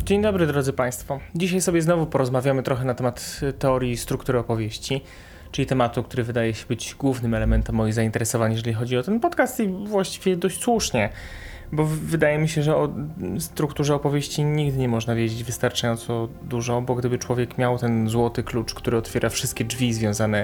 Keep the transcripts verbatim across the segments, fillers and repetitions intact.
Dzień dobry, drodzy Państwo. Dzisiaj sobie znowu porozmawiamy trochę na temat teorii struktury opowieści, czyli tematu, który wydaje się być głównym elementem moich zainteresowań, jeżeli chodzi o ten podcast, i właściwie dość słusznie, bo wydaje mi się, że o strukturze opowieści nigdy nie można wiedzieć wystarczająco dużo, bo gdyby człowiek miał ten złoty klucz, który otwiera wszystkie drzwi związane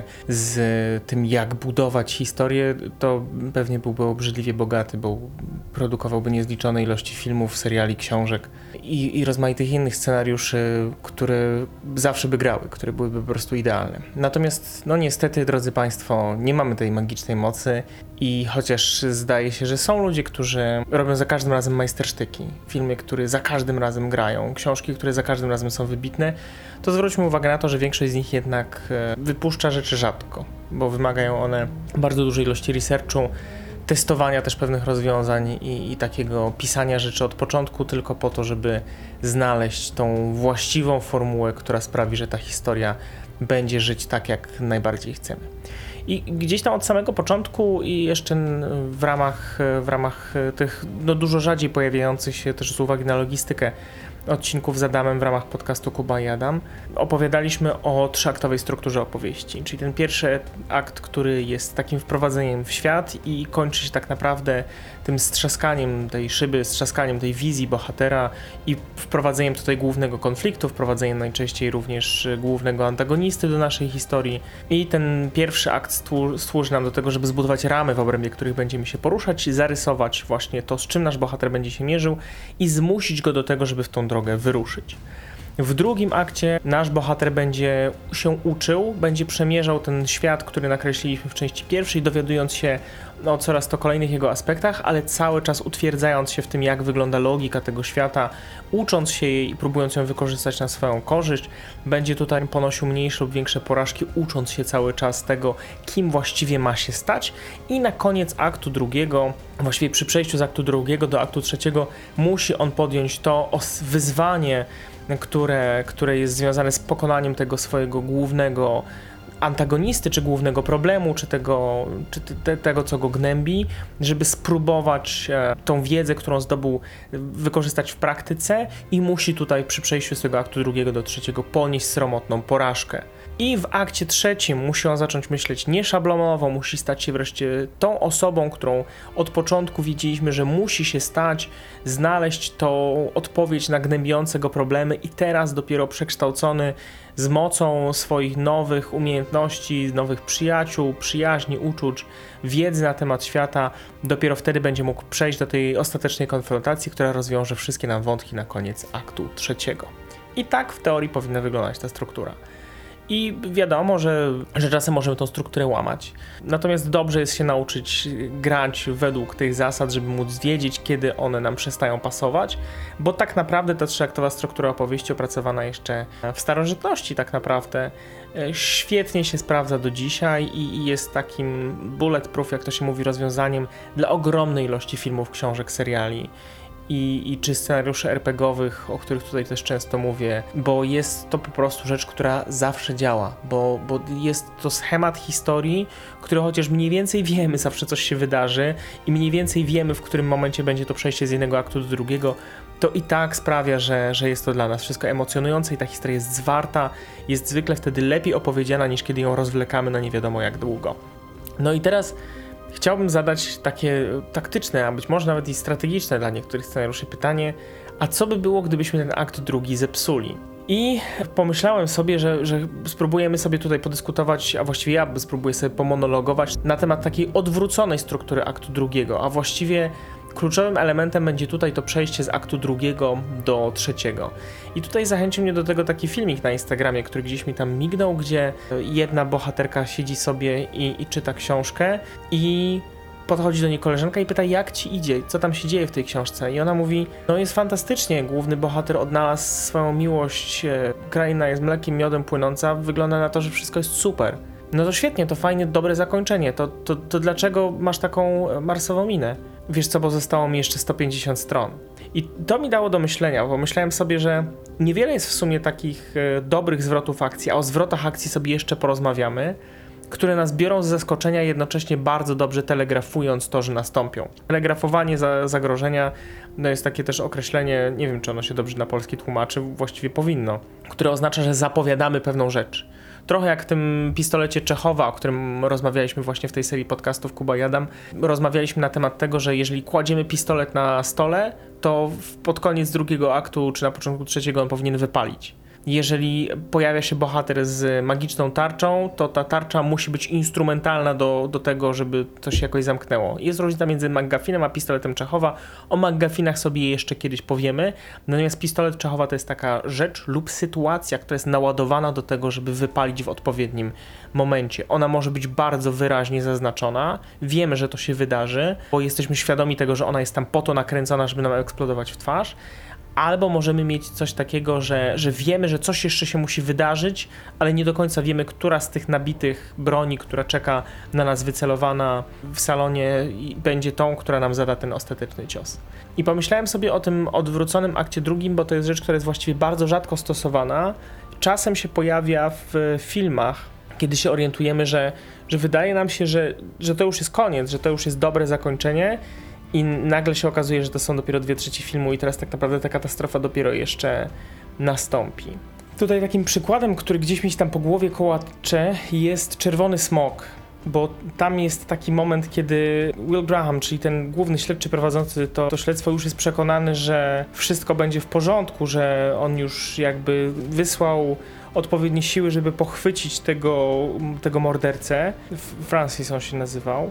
z tym, jak budować historię, to pewnie byłby obrzydliwie bogaty, bo produkowałby niezliczone ilości filmów, seriali, książek i, i rozmaitych innych scenariuszy, które zawsze by grały, które byłyby po prostu idealne. Natomiast, no niestety, drodzy Państwo, nie mamy tej magicznej mocy i chociaż zdaje się, że są ludzie, którzy robią za każdym razem majstersztyki, filmy, które za każdym razem grają, książki, które za każdym razem są wybitne, to zwróćmy uwagę na to, że większość z nich jednak wypuszcza rzeczy rzadko, bo wymagają one bardzo dużej ilości researchu, testowania też pewnych rozwiązań i, i takiego pisania rzeczy od początku tylko po to, żeby znaleźć tą właściwą formułę, która sprawi, że ta historia będzie żyć tak, jak najbardziej chcemy. I gdzieś tam od samego początku i jeszcze w ramach, w ramach tych no, dużo rzadziej pojawiających się też z uwagi na logistykę odcinków z Adamem w ramach podcastu Kuba i Adam opowiadaliśmy o trzyaktowej strukturze opowieści, czyli ten pierwszy akt, który jest takim wprowadzeniem w świat i kończy się tak naprawdę tym strzaskaniem tej szyby, strzaskaniem tej wizji bohatera i wprowadzeniem tutaj głównego konfliktu, wprowadzeniem najczęściej również głównego antagonisty do naszej historii. I ten pierwszy akt służy nam do tego, żeby zbudować ramy, w obrębie których będziemy się poruszać, zarysować właśnie to, z czym nasz bohater będzie się mierzył i zmusić go do tego, żeby w tą drogę wyruszyć. W drugim akcie nasz bohater będzie się uczył, będzie przemierzał ten świat, który nakreśliliśmy w części pierwszej, dowiadując się o coraz to kolejnych jego aspektach, ale cały czas utwierdzając się w tym, jak wygląda logika tego świata, ucząc się jej i próbując ją wykorzystać na swoją korzyść. Będzie tutaj ponosił mniejsze lub większe porażki, ucząc się cały czas tego, kim właściwie ma się stać. I na koniec aktu drugiego, właściwie przy przejściu z aktu drugiego do aktu trzeciego, musi on podjąć to wyzwanie, które, które jest związane z pokonaniem tego swojego głównego antagonisty, czy głównego problemu, czy tego, czy te, tego, co go gnębi, żeby spróbować e, tą wiedzę, którą zdobył, wykorzystać w praktyce i musi tutaj przy przejściu z tego aktu drugiego do trzeciego ponieść sromotną porażkę. I w akcie trzecim musi on zacząć myśleć nieszablonowo, musi stać się wreszcie tą osobą, którą od początku wiedzieliśmy, że musi się stać, znaleźć tą odpowiedź na gnębiące go problemy i teraz dopiero przekształcony z mocą swoich nowych umiejętności, nowych przyjaciół, przyjaźni, uczuć, wiedzy na temat świata, dopiero wtedy będzie mógł przejść do tej ostatecznej konfrontacji, która rozwiąże wszystkie nam wątki na koniec aktu trzeciego. I tak w teorii powinna wyglądać ta struktura. I wiadomo, że, że czasem możemy tą strukturę łamać. Natomiast dobrze jest się nauczyć grać według tych zasad, żeby móc wiedzieć, kiedy one nam przestają pasować, bo tak naprawdę ta trzyaktowa struktura opowieści opracowana jeszcze w starożytności tak naprawdę świetnie się sprawdza do dzisiaj i jest takim bulletproof, jak to się mówi, rozwiązaniem dla ogromnej ilości filmów, książek, seriali. I, i czy scenariuszy er pe gie owych, o których tutaj też często mówię, bo jest to po prostu rzecz, która zawsze działa, bo, bo jest to schemat historii, który chociaż mniej więcej wiemy, zawsze coś się wydarzy i mniej więcej wiemy, w którym momencie będzie to przejście z jednego aktu do drugiego, to i tak sprawia, że, że jest to dla nas wszystko emocjonujące i ta historia jest zwarta, jest zwykle wtedy lepiej opowiedziana, niż kiedy ją rozwlekamy na nie wiadomo jak długo. No i teraz chciałbym zadać takie taktyczne, a być może nawet i strategiczne dla niektórych scenariuszy pytanie, a co by było, gdybyśmy ten akt drugi zepsuli? I pomyślałem sobie, że, że spróbujemy sobie tutaj podyskutować, a właściwie ja spróbuję sobie pomonologować na temat takiej odwróconej struktury aktu drugiego, a właściwie kluczowym elementem będzie tutaj to przejście z aktu drugiego do trzeciego. I tutaj zachęcił mnie do tego taki filmik na Instagramie, który gdzieś mi tam mignął, gdzie jedna bohaterka siedzi sobie i, i czyta książkę i podchodzi do niej koleżanka i pyta, jak ci idzie, co tam się dzieje w tej książce. I ona mówi, no jest fantastycznie, główny bohater odnalazł swoją miłość, kraina jest mlekiem, miodem płynąca, wygląda na to, że wszystko jest super. No to świetnie, to fajnie, dobre zakończenie, to, to, to dlaczego masz taką marsową minę? Wiesz co, bo zostało mi jeszcze sto pięćdziesiąt stron. I to mi dało do myślenia, bo myślałem sobie, że niewiele jest w sumie takich e, dobrych zwrotów akcji, a o zwrotach akcji sobie jeszcze porozmawiamy, które nas biorą z zaskoczenia, jednocześnie bardzo dobrze telegrafując to, że nastąpią. Telegrafowanie za, zagrożenia no jest takie też określenie, nie wiem czy ono się dobrze na polski tłumaczy, właściwie powinno, które oznacza, że zapowiadamy pewną rzecz. Trochę jak w tym pistolecie Czechowa, o którym rozmawialiśmy właśnie w tej serii podcastów Kuba i Adam. Rozmawialiśmy na temat tego, że jeżeli kładziemy pistolet na stole, to pod koniec drugiego aktu czy na początku trzeciego on powinien wypalić. Jeżeli pojawia się bohater z magiczną tarczą, to ta tarcza musi być instrumentalna do, do tego, żeby to się jakoś zamknęło. Jest różnica między McGuffinem a pistoletem Czechowa. O McGuffinach sobie jeszcze kiedyś powiemy. Natomiast pistolet Czechowa to jest taka rzecz lub sytuacja, która jest naładowana do tego, żeby wypalić w odpowiednim momencie. Ona może być bardzo wyraźnie zaznaczona. Wiemy, że to się wydarzy, bo jesteśmy świadomi tego, że ona jest tam po to nakręcona, żeby nam eksplodować w twarz. Albo możemy mieć coś takiego, że, że wiemy, że coś jeszcze się musi wydarzyć, ale nie do końca wiemy, która z tych nabitych broni, która czeka na nas wycelowana w salonie, będzie tą, która nam zada ten ostateczny cios. I pomyślałem sobie o tym odwróconym akcie drugim, bo to jest rzecz, która jest właściwie bardzo rzadko stosowana. Czasem się pojawia w filmach, kiedy się orientujemy, że, że wydaje nam się, że, że to już jest koniec, że to już jest dobre zakończenie, i nagle się okazuje, że to są dopiero dwie trzecie filmu i teraz tak naprawdę ta katastrofa dopiero jeszcze nastąpi. Tutaj takim przykładem, który gdzieś mi się tam po głowie kołacze, jest Czerwony Smok, bo tam jest taki moment, kiedy Will Graham, czyli ten główny śledczy prowadzący to, to śledztwo, już jest przekonany, że wszystko będzie w porządku, że on już jakby wysłał odpowiednie siły, żeby pochwycić tego, tego mordercę. Francis on się nazywał.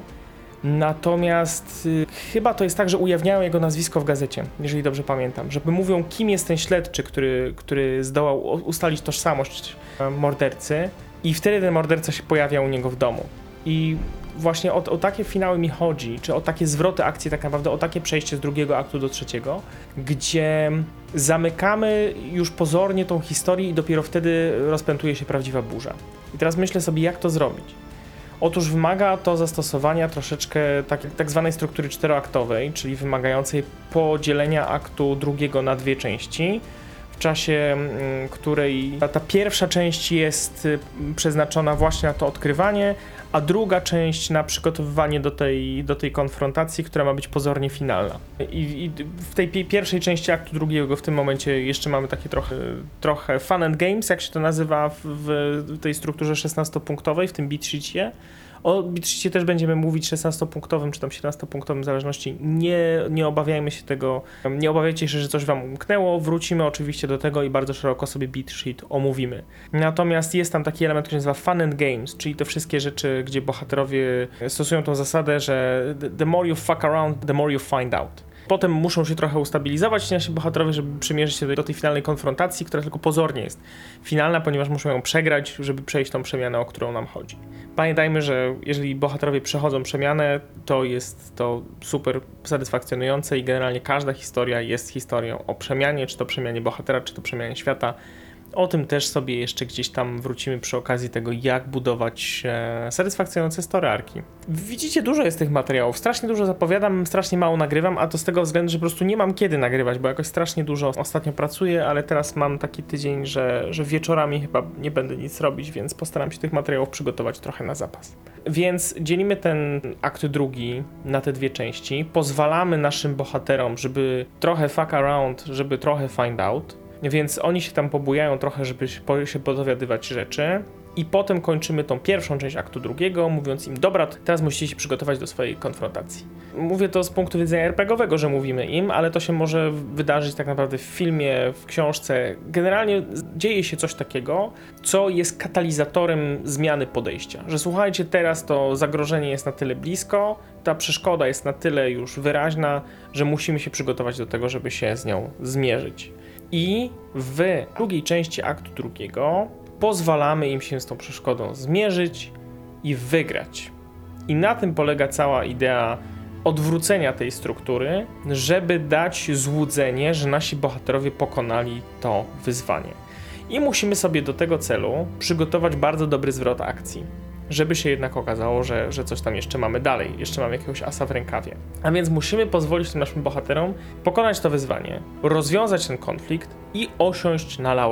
Natomiast y, chyba to jest tak, że ujawniają jego nazwisko w gazecie, jeżeli dobrze pamiętam, żeby mówią, kim jest ten śledczy, który, który zdołał ustalić tożsamość mordercy i wtedy ten morderca się pojawia u niego w domu. I właśnie o, o takie finały mi chodzi, czy o takie zwroty akcji, tak naprawdę o takie przejście z drugiego aktu do trzeciego, gdzie zamykamy już pozornie tą historię i dopiero wtedy rozpętuje się prawdziwa burza. I teraz myślę sobie, jak to zrobić. Otóż wymaga to zastosowania troszeczkę tak, tak zwanej struktury czteroaktowej, czyli wymagającej podzielenia aktu drugiego na dwie części, w czasie której ta, ta pierwsza część jest przeznaczona właśnie na to odkrywanie, a druga część na przygotowywanie do tej, do tej konfrontacji, która ma być pozornie finalna. I, i w tej pi- pierwszej części aktu drugiego w tym momencie jeszcze mamy takie trochę, trochę fun and games, jak się to nazywa w, w tej strukturze szesnastopunktowej, w tym beat sheetie. O beat sheetie też będziemy mówić szesnastopunktowym czy tam siedemnastopunktowym w zależności. Nie, nie obawiajmy się tego, nie obawiajcie się, że coś wam umknęło. Wrócimy oczywiście do tego i bardzo szeroko sobie beat sheet omówimy. Natomiast jest tam taki element, który się nazywa fun and games, czyli te wszystkie rzeczy, gdzie bohaterowie stosują tą zasadę, że the more you fuck around, the more you find out. Potem muszą się trochę ustabilizować ci nasi bohaterowie, żeby przymierzyć się do, do tej finalnej konfrontacji, która tylko pozornie jest finalna, ponieważ muszą ją przegrać, żeby przejść tą przemianę, o którą nam chodzi. Pamiętajmy, że jeżeli bohaterowie przechodzą przemianę, to jest to super satysfakcjonujące i generalnie każda historia jest historią o przemianie, czy to przemianie bohatera, czy to przemianie świata. O tym też sobie jeszcze gdzieś tam wrócimy przy okazji tego, jak budować e, satysfakcjonujące story arki. Widzicie, dużo jest tych materiałów, strasznie dużo zapowiadam, strasznie mało nagrywam, a to z tego względu, że po prostu nie mam kiedy nagrywać, bo jakoś strasznie dużo ostatnio pracuję, ale teraz mam taki tydzień, że, że wieczorami chyba nie będę nic robić, więc postaram się tych materiałów przygotować trochę na zapas. Więc dzielimy ten akt drugi na te dwie części, pozwalamy naszym bohaterom, żeby trochę fuck around, żeby trochę find out. Więc oni się tam pobujają trochę, żeby się podowiadywać rzeczy i potem kończymy tą pierwszą część aktu drugiego, mówiąc im, dobra, teraz musicie się przygotować do swojej konfrontacji. Mówię to z punktu widzenia er pe gie owego, że mówimy im, ale to się może wydarzyć tak naprawdę w filmie, w książce. Generalnie dzieje się coś takiego, co jest katalizatorem zmiany podejścia. Że słuchajcie, teraz to zagrożenie jest na tyle blisko, ta przeszkoda jest na tyle już wyraźna, że musimy się przygotować do tego, żeby się z nią zmierzyć. I w drugiej części aktu drugiego pozwalamy im się z tą przeszkodą zmierzyć i wygrać. I na tym polega cała idea odwrócenia tej struktury, żeby dać złudzenie, że nasi bohaterowie pokonali to wyzwanie. I musimy sobie do tego celu przygotować bardzo dobry zwrot akcji, żeby się jednak okazało, że, że coś tam jeszcze mamy dalej, jeszcze mamy jakiegoś asa w rękawie. A więc musimy pozwolić tym naszym bohaterom pokonać to wyzwanie, rozwiązać ten konflikt i osiąść na laurach.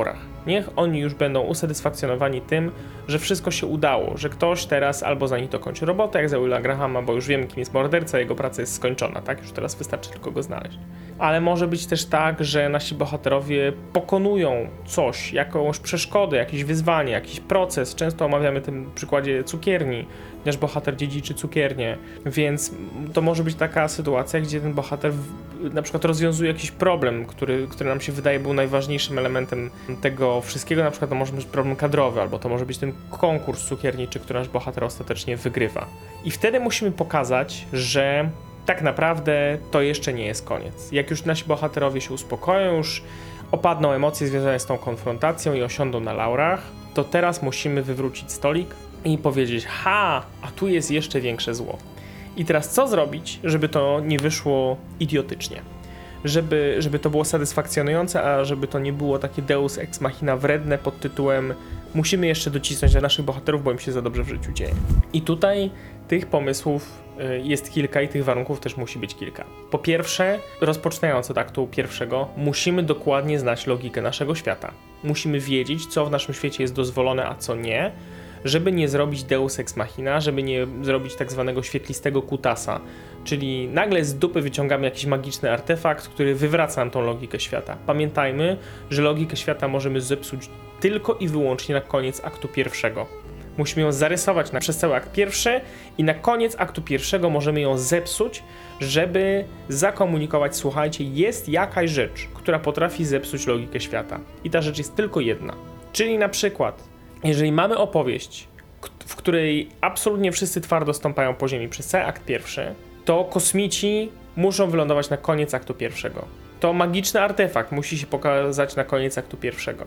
Niech oni już będą usatysfakcjonowani tym, że wszystko się udało, że ktoś teraz albo za nich dokończy robotę, jak za Willa Grahama, bo już wiemy, kim jest morderca, jego praca jest skończona, tak? Już teraz wystarczy tylko go znaleźć. Ale może być też tak, że nasi bohaterowie pokonują coś, jakąś przeszkodę, jakieś wyzwanie, jakiś proces. Często omawiamy tym przykładzie cukierni, nasz bohater dziedziczy cukiernię, więc to może być taka sytuacja, gdzie ten bohater w, na przykład rozwiązuje jakiś problem, który, który nam się wydaje był najważniejszym elementem tego wszystkiego. Na przykład to może być problem kadrowy, albo to może być ten konkurs cukierniczy, który nasz bohater ostatecznie wygrywa. I wtedy musimy pokazać, że tak naprawdę to jeszcze nie jest koniec. Jak już nasi bohaterowie się uspokoją, już opadną emocje związane z tą konfrontacją i osiądą na laurach, to teraz musimy wywrócić stolik i powiedzieć: ha, a tu jest jeszcze większe zło. I teraz co zrobić, żeby to nie wyszło idiotycznie? Żeby, żeby to było satysfakcjonujące, a żeby to nie było takie deus ex machina wredne pod tytułem musimy jeszcze docisnąć na naszych bohaterów, bo im się za dobrze w życiu dzieje. I tutaj tych pomysłów jest kilka i tych warunków też musi być kilka. Po pierwsze, rozpoczynając od aktu pierwszego, musimy dokładnie znać logikę naszego świata. Musimy wiedzieć, co w naszym świecie jest dozwolone, a co nie, żeby nie zrobić deus ex machina, żeby nie zrobić tak zwanego świetlistego kutasa, czyli nagle z dupy wyciągamy jakiś magiczny artefakt, który wywraca nam tą logikę świata. Pamiętajmy, że logikę świata możemy zepsuć tylko i wyłącznie na koniec aktu pierwszego. Musimy ją zarysować na, przez cały akt pierwszy i na koniec aktu pierwszego możemy ją zepsuć, żeby zakomunikować: słuchajcie, jest jakaś rzecz, która potrafi zepsuć logikę świata. I ta rzecz jest tylko jedna. Czyli na przykład, jeżeli mamy opowieść, w której absolutnie wszyscy twardo stąpają po ziemi przez cały akt pierwszy, to kosmici muszą wylądować na koniec aktu pierwszego. To magiczny artefakt musi się pokazać na koniec aktu pierwszego.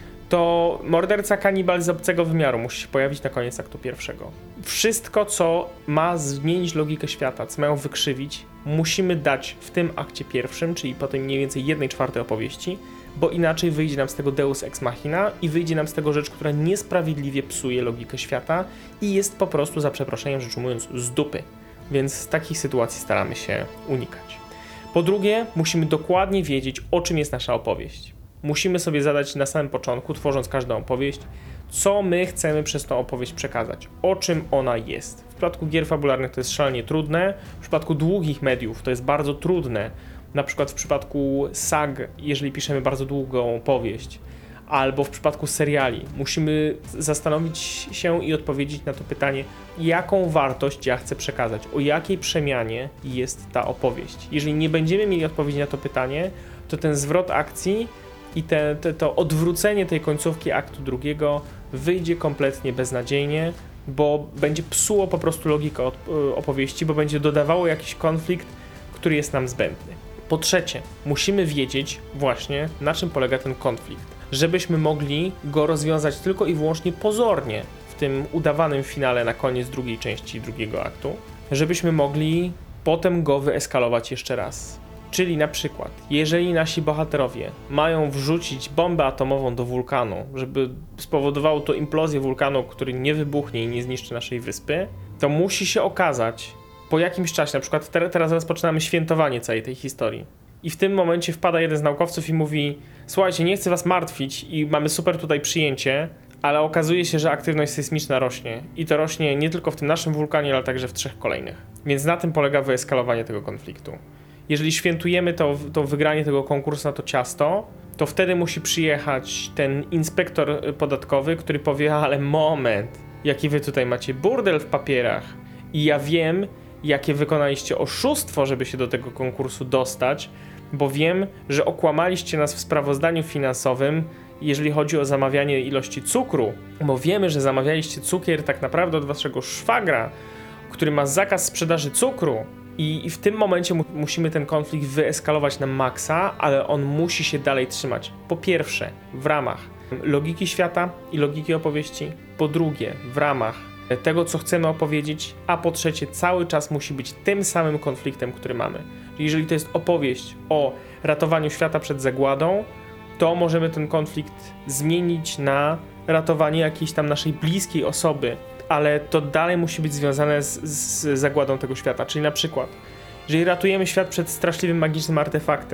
To morderca kanibal z obcego wymiaru musi się pojawić na koniec aktu pierwszego. Wszystko, co ma zmienić logikę świata, co mają wykrzywić, musimy dać w tym akcie pierwszym, czyli po tej mniej więcej jednej czwartej opowieści, bo inaczej wyjdzie nam z tego deus ex machina i wyjdzie nam z tego rzecz, która niesprawiedliwie psuje logikę świata i jest po prostu, za przeproszeniem rzecz ujmując, z dupy. Więc z takich sytuacji staramy się unikać. Po drugie, musimy dokładnie wiedzieć, o czym jest nasza opowieść. Musimy sobie zadać na samym początku, tworząc każdą opowieść, co my chcemy przez tą opowieść przekazać, o czym ona jest. W przypadku gier fabularnych to jest szalenie trudne, w przypadku długich mediów to jest bardzo trudne, na przykład w przypadku sag, jeżeli piszemy bardzo długą powieść, albo w przypadku seriali. Musimy zastanowić się i odpowiedzieć na to pytanie, jaką wartość ja chcę przekazać, o jakiej przemianie jest ta opowieść. Jeżeli nie będziemy mieli odpowiedzi na to pytanie, to ten zwrot akcji i te, te, to odwrócenie tej końcówki aktu drugiego wyjdzie kompletnie beznadziejnie, bo będzie psuło po prostu logikę opowieści, bo będzie dodawało jakiś konflikt, który jest nam zbędny. Po trzecie, musimy wiedzieć właśnie, na czym polega ten konflikt, żebyśmy mogli go rozwiązać tylko i wyłącznie pozornie w tym udawanym finale na koniec drugiej części drugiego aktu, żebyśmy mogli potem go wyeskalować jeszcze raz. Czyli na przykład, jeżeli nasi bohaterowie mają wrzucić bombę atomową do wulkanu, żeby spowodowało to implozję wulkanu, który nie wybuchnie i nie zniszczy naszej wyspy, to musi się okazać po jakimś czasie, na przykład te, teraz rozpoczynamy świętowanie całej tej historii. I w tym momencie wpada jeden z naukowców i mówi: słuchajcie, nie chcę was martwić i mamy super tutaj przyjęcie, ale okazuje się, że aktywność sejsmiczna rośnie. I to rośnie nie tylko w tym naszym wulkanie, ale także w trzech kolejnych. Więc na tym polega wyeskalowanie tego konfliktu. Jeżeli świętujemy to, to wygranie tego konkursu na to ciasto, to wtedy musi przyjechać ten inspektor podatkowy, który powie: ale moment, jaki wy tutaj macie burdel w papierach i ja wiem, jakie wykonaliście oszustwo, żeby się do tego konkursu dostać, bo wiem, że okłamaliście nas w sprawozdaniu finansowym, jeżeli chodzi o zamawianie ilości cukru, bo wiemy, że zamawialiście cukier tak naprawdę od waszego szwagra, który ma zakaz sprzedaży cukru. I w tym momencie mu- musimy ten konflikt wyeskalować na maksa, ale on musi się dalej trzymać. Po pierwsze, w ramach logiki świata i logiki opowieści. Po drugie, w ramach tego, co chcemy opowiedzieć. A po trzecie, cały czas musi być tym samym konfliktem, który mamy. Jeżeli to jest opowieść o ratowaniu świata przed zagładą, to możemy ten konflikt zmienić na ratowanie jakiejś tam naszej bliskiej osoby, ale to dalej musi być związane z, z zagładą tego świata. Czyli na przykład, jeżeli ratujemy świat przed straszliwym magicznym artefaktem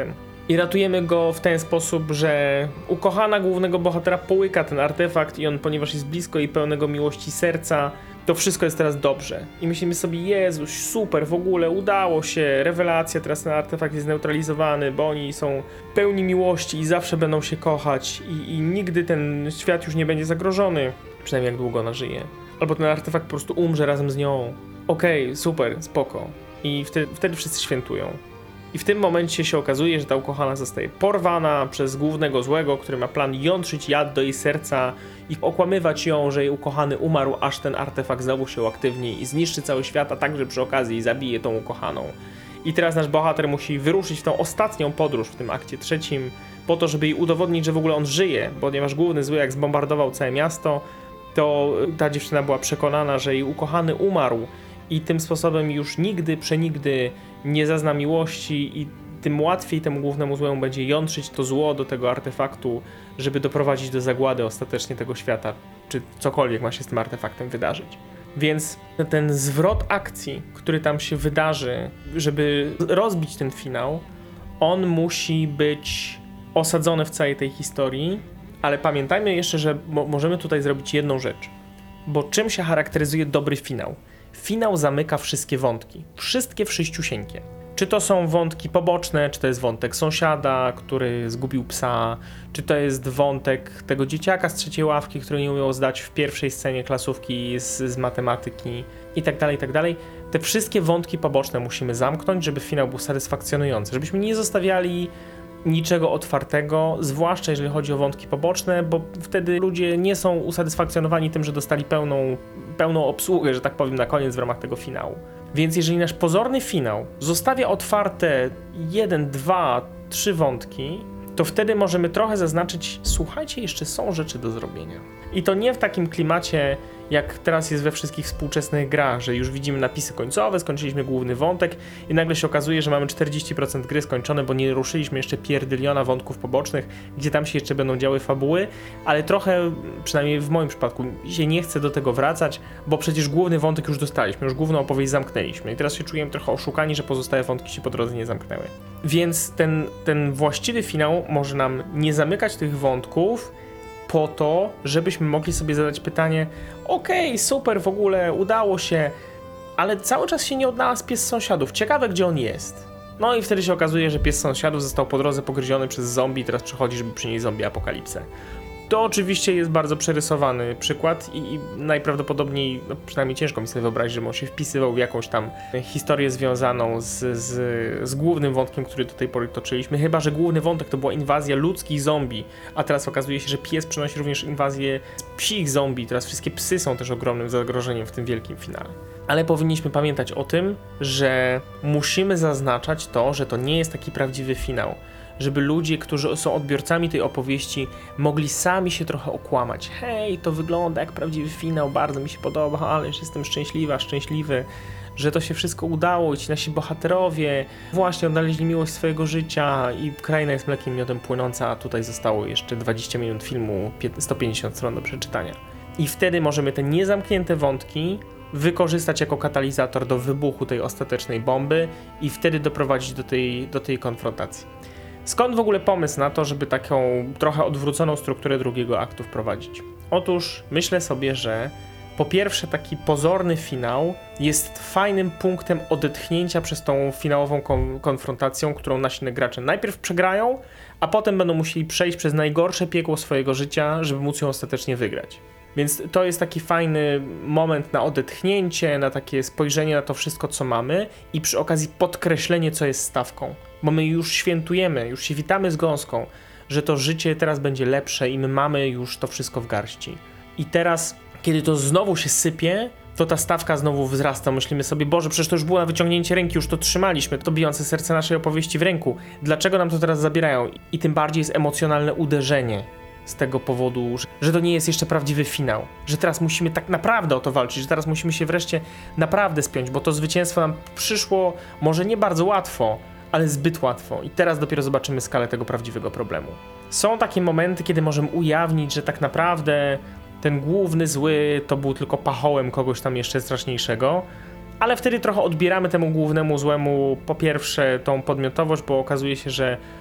I ratujemy go w ten sposób, że ukochana głównego bohatera połyka ten artefakt i on, ponieważ jest blisko i pełnego miłości serca, to wszystko jest teraz dobrze. I myślimy sobie, Jezus, super, w ogóle udało się, rewelacja, teraz ten artefakt jest neutralizowany, bo oni są pełni miłości i zawsze będą się kochać i, i nigdy ten świat już nie będzie zagrożony, przynajmniej jak długo ona żyje. Albo ten artefakt po prostu umrze razem z nią. Okej, okay, super, spoko. I wtedy, wtedy wszyscy świętują. I w tym momencie się okazuje, że ta ukochana zostaje porwana przez głównego złego, który ma plan jątrzyć jad do jej serca i okłamywać ją, że jej ukochany umarł, aż ten artefakt znowu się uaktywni i zniszczy cały świat, a także przy okazji zabije tą ukochaną. I teraz nasz bohater musi wyruszyć w tą ostatnią podróż w tym akcie trzecim, po to, żeby jej udowodnić, że w ogóle on żyje, ponieważ główny zły, jak zbombardował całe miasto, to ta dziewczyna była przekonana, że jej ukochany umarł i tym sposobem już nigdy, przenigdy nie zazna miłości i tym łatwiej temu głównemu złemu będzie jątrzyć to zło do tego artefaktu, żeby doprowadzić do zagłady ostatecznie tego świata, czy cokolwiek ma się z tym artefaktem wydarzyć. Więc ten zwrot akcji, który tam się wydarzy, żeby rozbić ten finał, on musi być osadzony w całej tej historii, ale pamiętajmy jeszcze, że mo- możemy tutaj zrobić jedną rzecz, bo czym się charakteryzuje dobry finał? Finał zamyka wszystkie wątki, wszystkie wszyściusieńkie. Czy to są wątki poboczne, czy to jest wątek sąsiada, który zgubił psa, czy to jest wątek tego dzieciaka z trzeciej ławki, który nie umiał zdać w pierwszej scenie klasówki z, z matematyki i tak dalej, i tak dalej. Te wszystkie wątki poboczne musimy zamknąć, żeby finał był satysfakcjonujący, żebyśmy nie zostawiali niczego otwartego, zwłaszcza jeżeli chodzi o wątki poboczne, bo wtedy ludzie nie są usatysfakcjonowani tym, że dostali pełną, pełną obsługę, że tak powiem, na koniec w ramach tego finału. Więc jeżeli nasz pozorny finał zostawia otwarte jeden, dwa, trzy wątki, to wtedy możemy trochę zaznaczyć, słuchajcie, jeszcze są rzeczy do zrobienia. I to nie w takim klimacie, jak teraz jest we wszystkich współczesnych grach, że już widzimy napisy końcowe, skończyliśmy główny wątek i nagle się okazuje, że mamy czterdzieści procent gry skończone, bo nie ruszyliśmy jeszcze pierdyliona wątków pobocznych, gdzie tam się jeszcze będą działy fabuły, ale trochę, przynajmniej w moim przypadku, się nie chce do tego wracać, bo przecież główny wątek już dostaliśmy, już główną opowieść zamknęliśmy i teraz się czujemy trochę oszukani, że pozostałe wątki się po drodze nie zamknęły. Więc ten, ten właściwy finał może nam nie zamykać tych wątków, po to, żebyśmy mogli sobie zadać pytanie, okej, okay, super, w ogóle udało się, ale cały czas się nie odnalazł pies sąsiadów, ciekawe gdzie on jest. No i wtedy się okazuje, że pies sąsiadów został po drodze pogryziony przez zombie i teraz przychodzi, żeby przynieść zombie apokalipsę. To oczywiście jest bardzo przerysowany przykład i, i najprawdopodobniej, no przynajmniej ciężko mi sobie wyobrazić, że on się wpisywał w jakąś tam historię związaną z, z, z głównym wątkiem, który do tej pory toczyliśmy, chyba że główny wątek to była inwazja ludzkich zombie, a teraz okazuje się, że pies przynosi również inwazję psich zombie, teraz wszystkie psy są też ogromnym zagrożeniem w tym wielkim finale. Ale powinniśmy pamiętać o tym, że musimy zaznaczać to, że to nie jest taki prawdziwy finał, żeby ludzie, którzy są odbiorcami tej opowieści, mogli sami się trochę okłamać. Hej, to wygląda jak prawdziwy finał, bardzo mi się podoba, ale już jestem szczęśliwa, szczęśliwy, że to się wszystko udało i ci nasi bohaterowie właśnie odnaleźli miłość swojego życia i kraina jest mlekiem i miodem płynąca, a tutaj zostało jeszcze dwadzieścia minut filmu, sto pięćdziesiąt stron do przeczytania. I wtedy możemy te niezamknięte wątki wykorzystać jako katalizator do wybuchu tej ostatecznej bomby i wtedy doprowadzić do tej, do tej konfrontacji. Skąd w ogóle pomysł na to, żeby taką trochę odwróconą strukturę drugiego aktu wprowadzić? Otóż myślę sobie, że po pierwsze taki pozorny finał jest fajnym punktem odetchnięcia przez tą finałową kon- konfrontacją, którą nasi gracze najpierw przegrają, a potem będą musieli przejść przez najgorsze piekło swojego życia, żeby móc ją ostatecznie wygrać. Więc to jest taki fajny moment na odetchnięcie, na takie spojrzenie na to wszystko, co mamy i przy okazji podkreślenie, co jest stawką. Bo my już świętujemy, już się witamy z gąską, że to życie teraz będzie lepsze i my mamy już to wszystko w garści. I teraz, kiedy to znowu się sypie, to ta stawka znowu wzrasta. Myślimy sobie, Boże, przecież to już było na wyciągnięcie ręki, już to trzymaliśmy, to bijące serce naszej opowieści w ręku. Dlaczego nam to teraz zabierają? I tym bardziej jest emocjonalne uderzenie z tego powodu, że to nie jest jeszcze prawdziwy finał, że teraz musimy tak naprawdę o to walczyć, że teraz musimy się wreszcie naprawdę spiąć, bo to zwycięstwo nam przyszło może nie bardzo łatwo, ale zbyt łatwo i teraz dopiero zobaczymy skalę tego prawdziwego problemu. Są takie momenty, kiedy możemy ujawnić, że tak naprawdę ten główny zły to był tylko pachołem kogoś tam jeszcze straszniejszego, ale wtedy trochę odbieramy temu głównemu złemu po pierwsze tą podmiotowość, bo okazuje się, że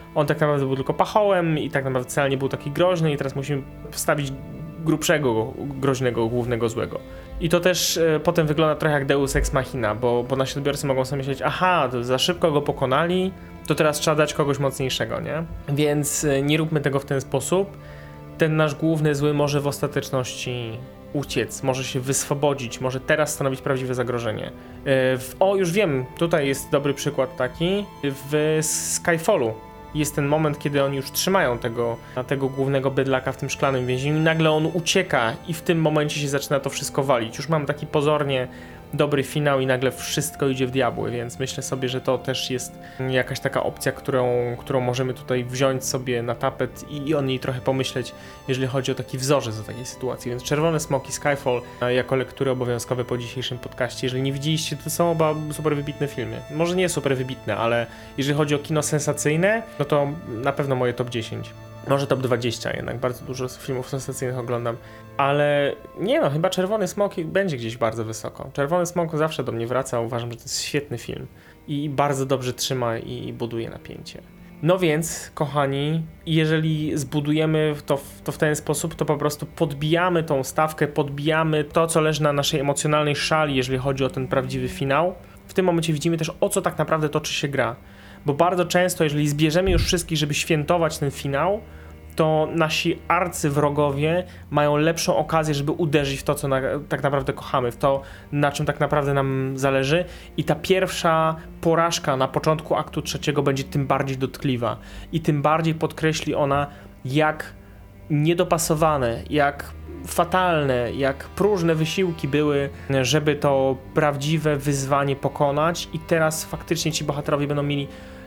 on tak naprawdę był tylko pachołem i tak naprawdę wcale nie był taki groźny i teraz musimy wstawić grubszego, groźnego, głównego złego. I to też e, potem wygląda trochę jak Deus Ex Machina, bo, bo nasi odbiorcy mogą sobie myśleć, aha, to za szybko go pokonali, to teraz trzeba dać kogoś mocniejszego, nie? Więc e, nie róbmy tego w ten sposób. Ten nasz główny zły może w ostateczności uciec, może się wyswobodzić, może teraz stanowić prawdziwe zagrożenie. E, w, o, już wiem, tutaj jest dobry przykład taki, w Skyfallu. Jest ten moment, kiedy oni już trzymają tego, tego głównego bydlaka w tym szklanym więzieniu i nagle on ucieka i w tym momencie się zaczyna to wszystko walić. Już mam taki pozornie dobry finał i nagle wszystko idzie w diabły, więc myślę sobie, że to też jest jakaś taka opcja, którą, którą możemy tutaj wziąć sobie na tapet i o niej trochę pomyśleć, jeżeli chodzi o taki wzorzec do takiej sytuacji. Więc Czerwone Smoki, Skyfall jako lektury obowiązkowe po dzisiejszym podcaście. Jeżeli nie widzieliście, to są oba super wybitne filmy. Może nie super wybitne, ale jeżeli chodzi o kino sensacyjne, no to na pewno moje top dziesięć. Może top dwadzieścia jednak, bardzo dużo filmów sensacyjnych oglądam, ale nie no, chyba Czerwony Smok będzie gdzieś bardzo wysoko. Czerwony Smok zawsze do mnie wraca, uważam, że to jest świetny film i bardzo dobrze trzyma i buduje napięcie. No więc, kochani, jeżeli zbudujemy to w, to w ten sposób, to po prostu podbijamy tą stawkę, podbijamy to, co leży na naszej emocjonalnej szali, jeżeli chodzi o ten prawdziwy finał. W tym momencie widzimy też, o co tak naprawdę toczy się gra. Bo bardzo często, jeżeli zbierzemy już wszystkich, żeby świętować ten finał, to nasi arcywrogowie mają lepszą okazję, żeby uderzyć w to, co na, tak naprawdę kochamy, w to, na czym tak naprawdę nam zależy. I ta pierwsza porażka na początku aktu trzeciego będzie tym bardziej dotkliwa. I tym bardziej podkreśli ona, jak niedopasowane, jak fatalne, jak próżne wysiłki były, żeby to prawdziwe wyzwanie pokonać i teraz faktycznie ci bohaterowie będą mieli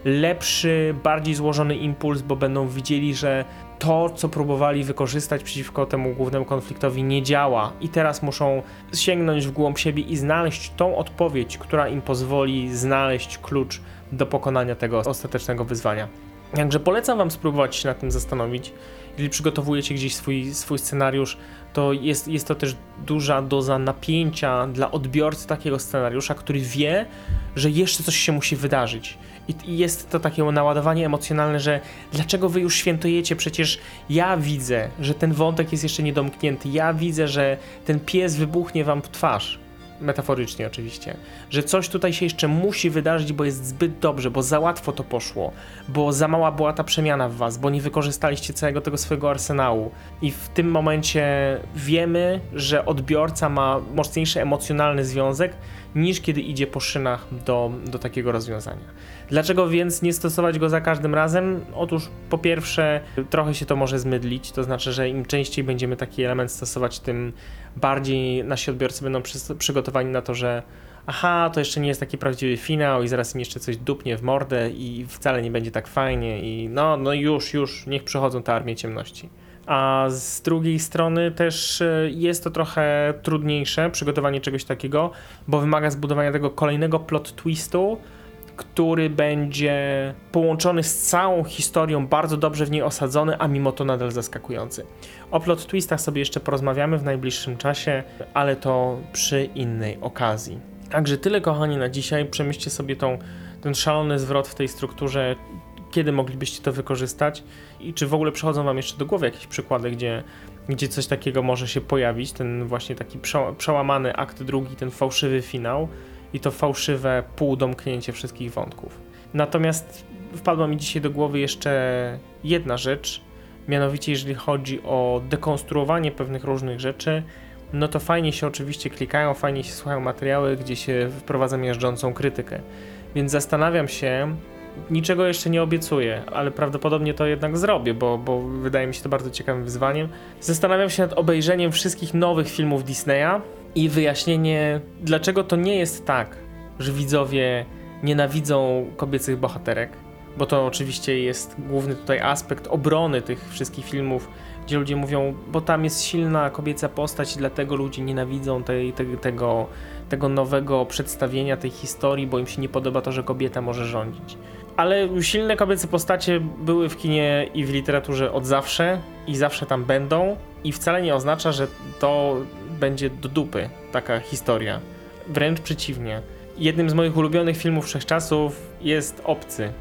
lepszy, bardziej złożony impuls, bo będą widzieli, że to, co próbowali wykorzystać przeciwko temu głównemu konfliktowi, nie działa i teraz muszą sięgnąć w głąb siebie i znaleźć tą odpowiedź, która im pozwoli znaleźć klucz do pokonania tego ostatecznego wyzwania. Także polecam wam spróbować się nad tym zastanowić. Jeżeli przygotowujecie gdzieś swój, swój scenariusz, to jest, jest to też duża doza napięcia dla odbiorcy takiego scenariusza, który wie, że jeszcze coś się musi wydarzyć. I, i jest to takie naładowanie emocjonalne, że dlaczego wy już świętujecie? Przecież ja widzę, że ten wątek jest jeszcze niedomknięty. Ja widzę, że ten pies wybuchnie wam w twarz. Metaforycznie oczywiście, że coś tutaj się jeszcze musi wydarzyć, bo jest zbyt dobrze, bo za łatwo to poszło, bo za mała była ta przemiana w was, bo nie wykorzystaliście całego tego swojego arsenału i w tym momencie wiemy, że odbiorca ma mocniejszy emocjonalny związek niż kiedy idzie po szynach do, do takiego rozwiązania. Dlaczego więc nie stosować go za każdym razem? Otóż po pierwsze trochę się to może zmydlić, to znaczy, że im częściej będziemy taki element stosować, tym bardziej nasi odbiorcy będą przy, przygotowani na to, że aha, to jeszcze nie jest taki prawdziwy finał i zaraz im jeszcze coś dupnie w mordę i wcale nie będzie tak fajnie i no, no już, już, niech przychodzą te armie ciemności. A z drugiej strony też jest to trochę trudniejsze przygotowanie czegoś takiego, bo wymaga zbudowania tego kolejnego plot twistu, który będzie połączony z całą historią, bardzo dobrze w niej osadzony, a mimo to nadal zaskakujący. O plot twistach sobie jeszcze porozmawiamy w najbliższym czasie, ale to przy innej okazji. Także tyle, kochani, na dzisiaj. Przemyślcie sobie tą, ten szalony zwrot w tej strukturze, kiedy moglibyście to wykorzystać i czy w ogóle przychodzą wam jeszcze do głowy jakieś przykłady, gdzie, gdzie coś takiego może się pojawić, ten właśnie taki prze, przełamany akt drugi, ten fałszywy finał i to fałszywe półdomknięcie wszystkich wątków. Natomiast wpadła mi dzisiaj do głowy jeszcze jedna rzecz, mianowicie jeżeli chodzi o dekonstruowanie pewnych różnych rzeczy, no to fajnie się oczywiście klikają, fajnie się słuchają materiały, gdzie się wprowadza miażdżącą krytykę. Więc zastanawiam się, niczego jeszcze nie obiecuję, ale prawdopodobnie to jednak zrobię, bo, bo wydaje mi się to bardzo ciekawym wyzwaniem. Zastanawiam się nad obejrzeniem wszystkich nowych filmów Disneya i wyjaśnienie, dlaczego to nie jest tak, że widzowie nienawidzą kobiecych bohaterek, bo to oczywiście jest główny tutaj aspekt obrony tych wszystkich filmów, gdzie ludzie mówią, bo tam jest silna kobieca postać i dlatego ludzie nienawidzą tej, tej, tego, tego nowego przedstawienia tej historii, bo im się nie podoba to, że kobieta może rządzić. Ale silne kobiece postacie były w kinie i w literaturze od zawsze i zawsze tam będą i wcale nie oznacza, że to będzie do dupy taka historia. Wręcz przeciwnie. Jednym z moich ulubionych filmów wszechczasów jest Obcy.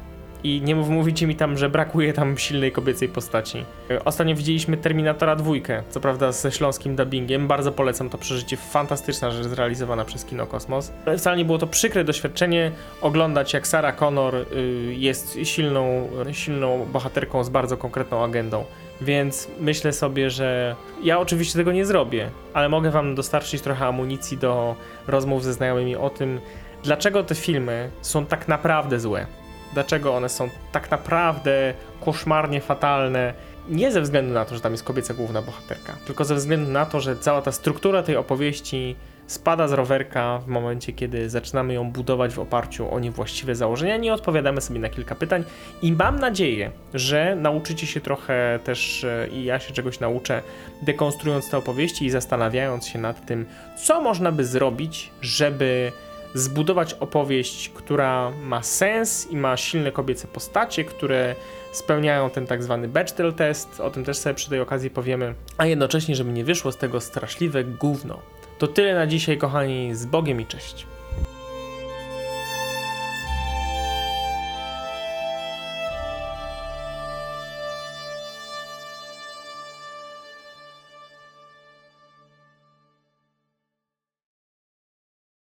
i nie mów, mówicie mi tam, że brakuje tam silnej kobiecej postaci. Ostatnio widzieliśmy Terminatora dwójkę, co prawda ze śląskim dubbingiem, bardzo polecam to przeżycie, fantastyczna rzecz zrealizowana przez Kino Kosmos. Ale wcale nie było to przykre doświadczenie oglądać, jak Sarah Connor y, jest silną, silną bohaterką z bardzo konkretną agendą. Więc myślę sobie, że ja oczywiście tego nie zrobię, ale mogę wam dostarczyć trochę amunicji do rozmów ze znajomymi o tym, dlaczego te filmy są tak naprawdę złe. Dlaczego one są tak naprawdę koszmarnie fatalne. Nie ze względu na to, że tam jest kobieca główna bohaterka, tylko ze względu na to, że cała ta struktura tej opowieści spada z rowerka w momencie, kiedy zaczynamy ją budować w oparciu o niewłaściwe założenia, nie odpowiadamy sobie na kilka pytań i mam nadzieję, że nauczycie się trochę też, i ja się czegoś nauczę, dekonstruując te opowieści i zastanawiając się nad tym, co można by zrobić, żeby zbudować opowieść, która ma sens i ma silne kobiece postacie, które spełniają ten tak zwany Bechdel test, o tym też sobie przy tej okazji powiemy, a jednocześnie, żeby nie wyszło z tego straszliwe gówno. To tyle na dzisiaj, kochani, z Bogiem i cześć.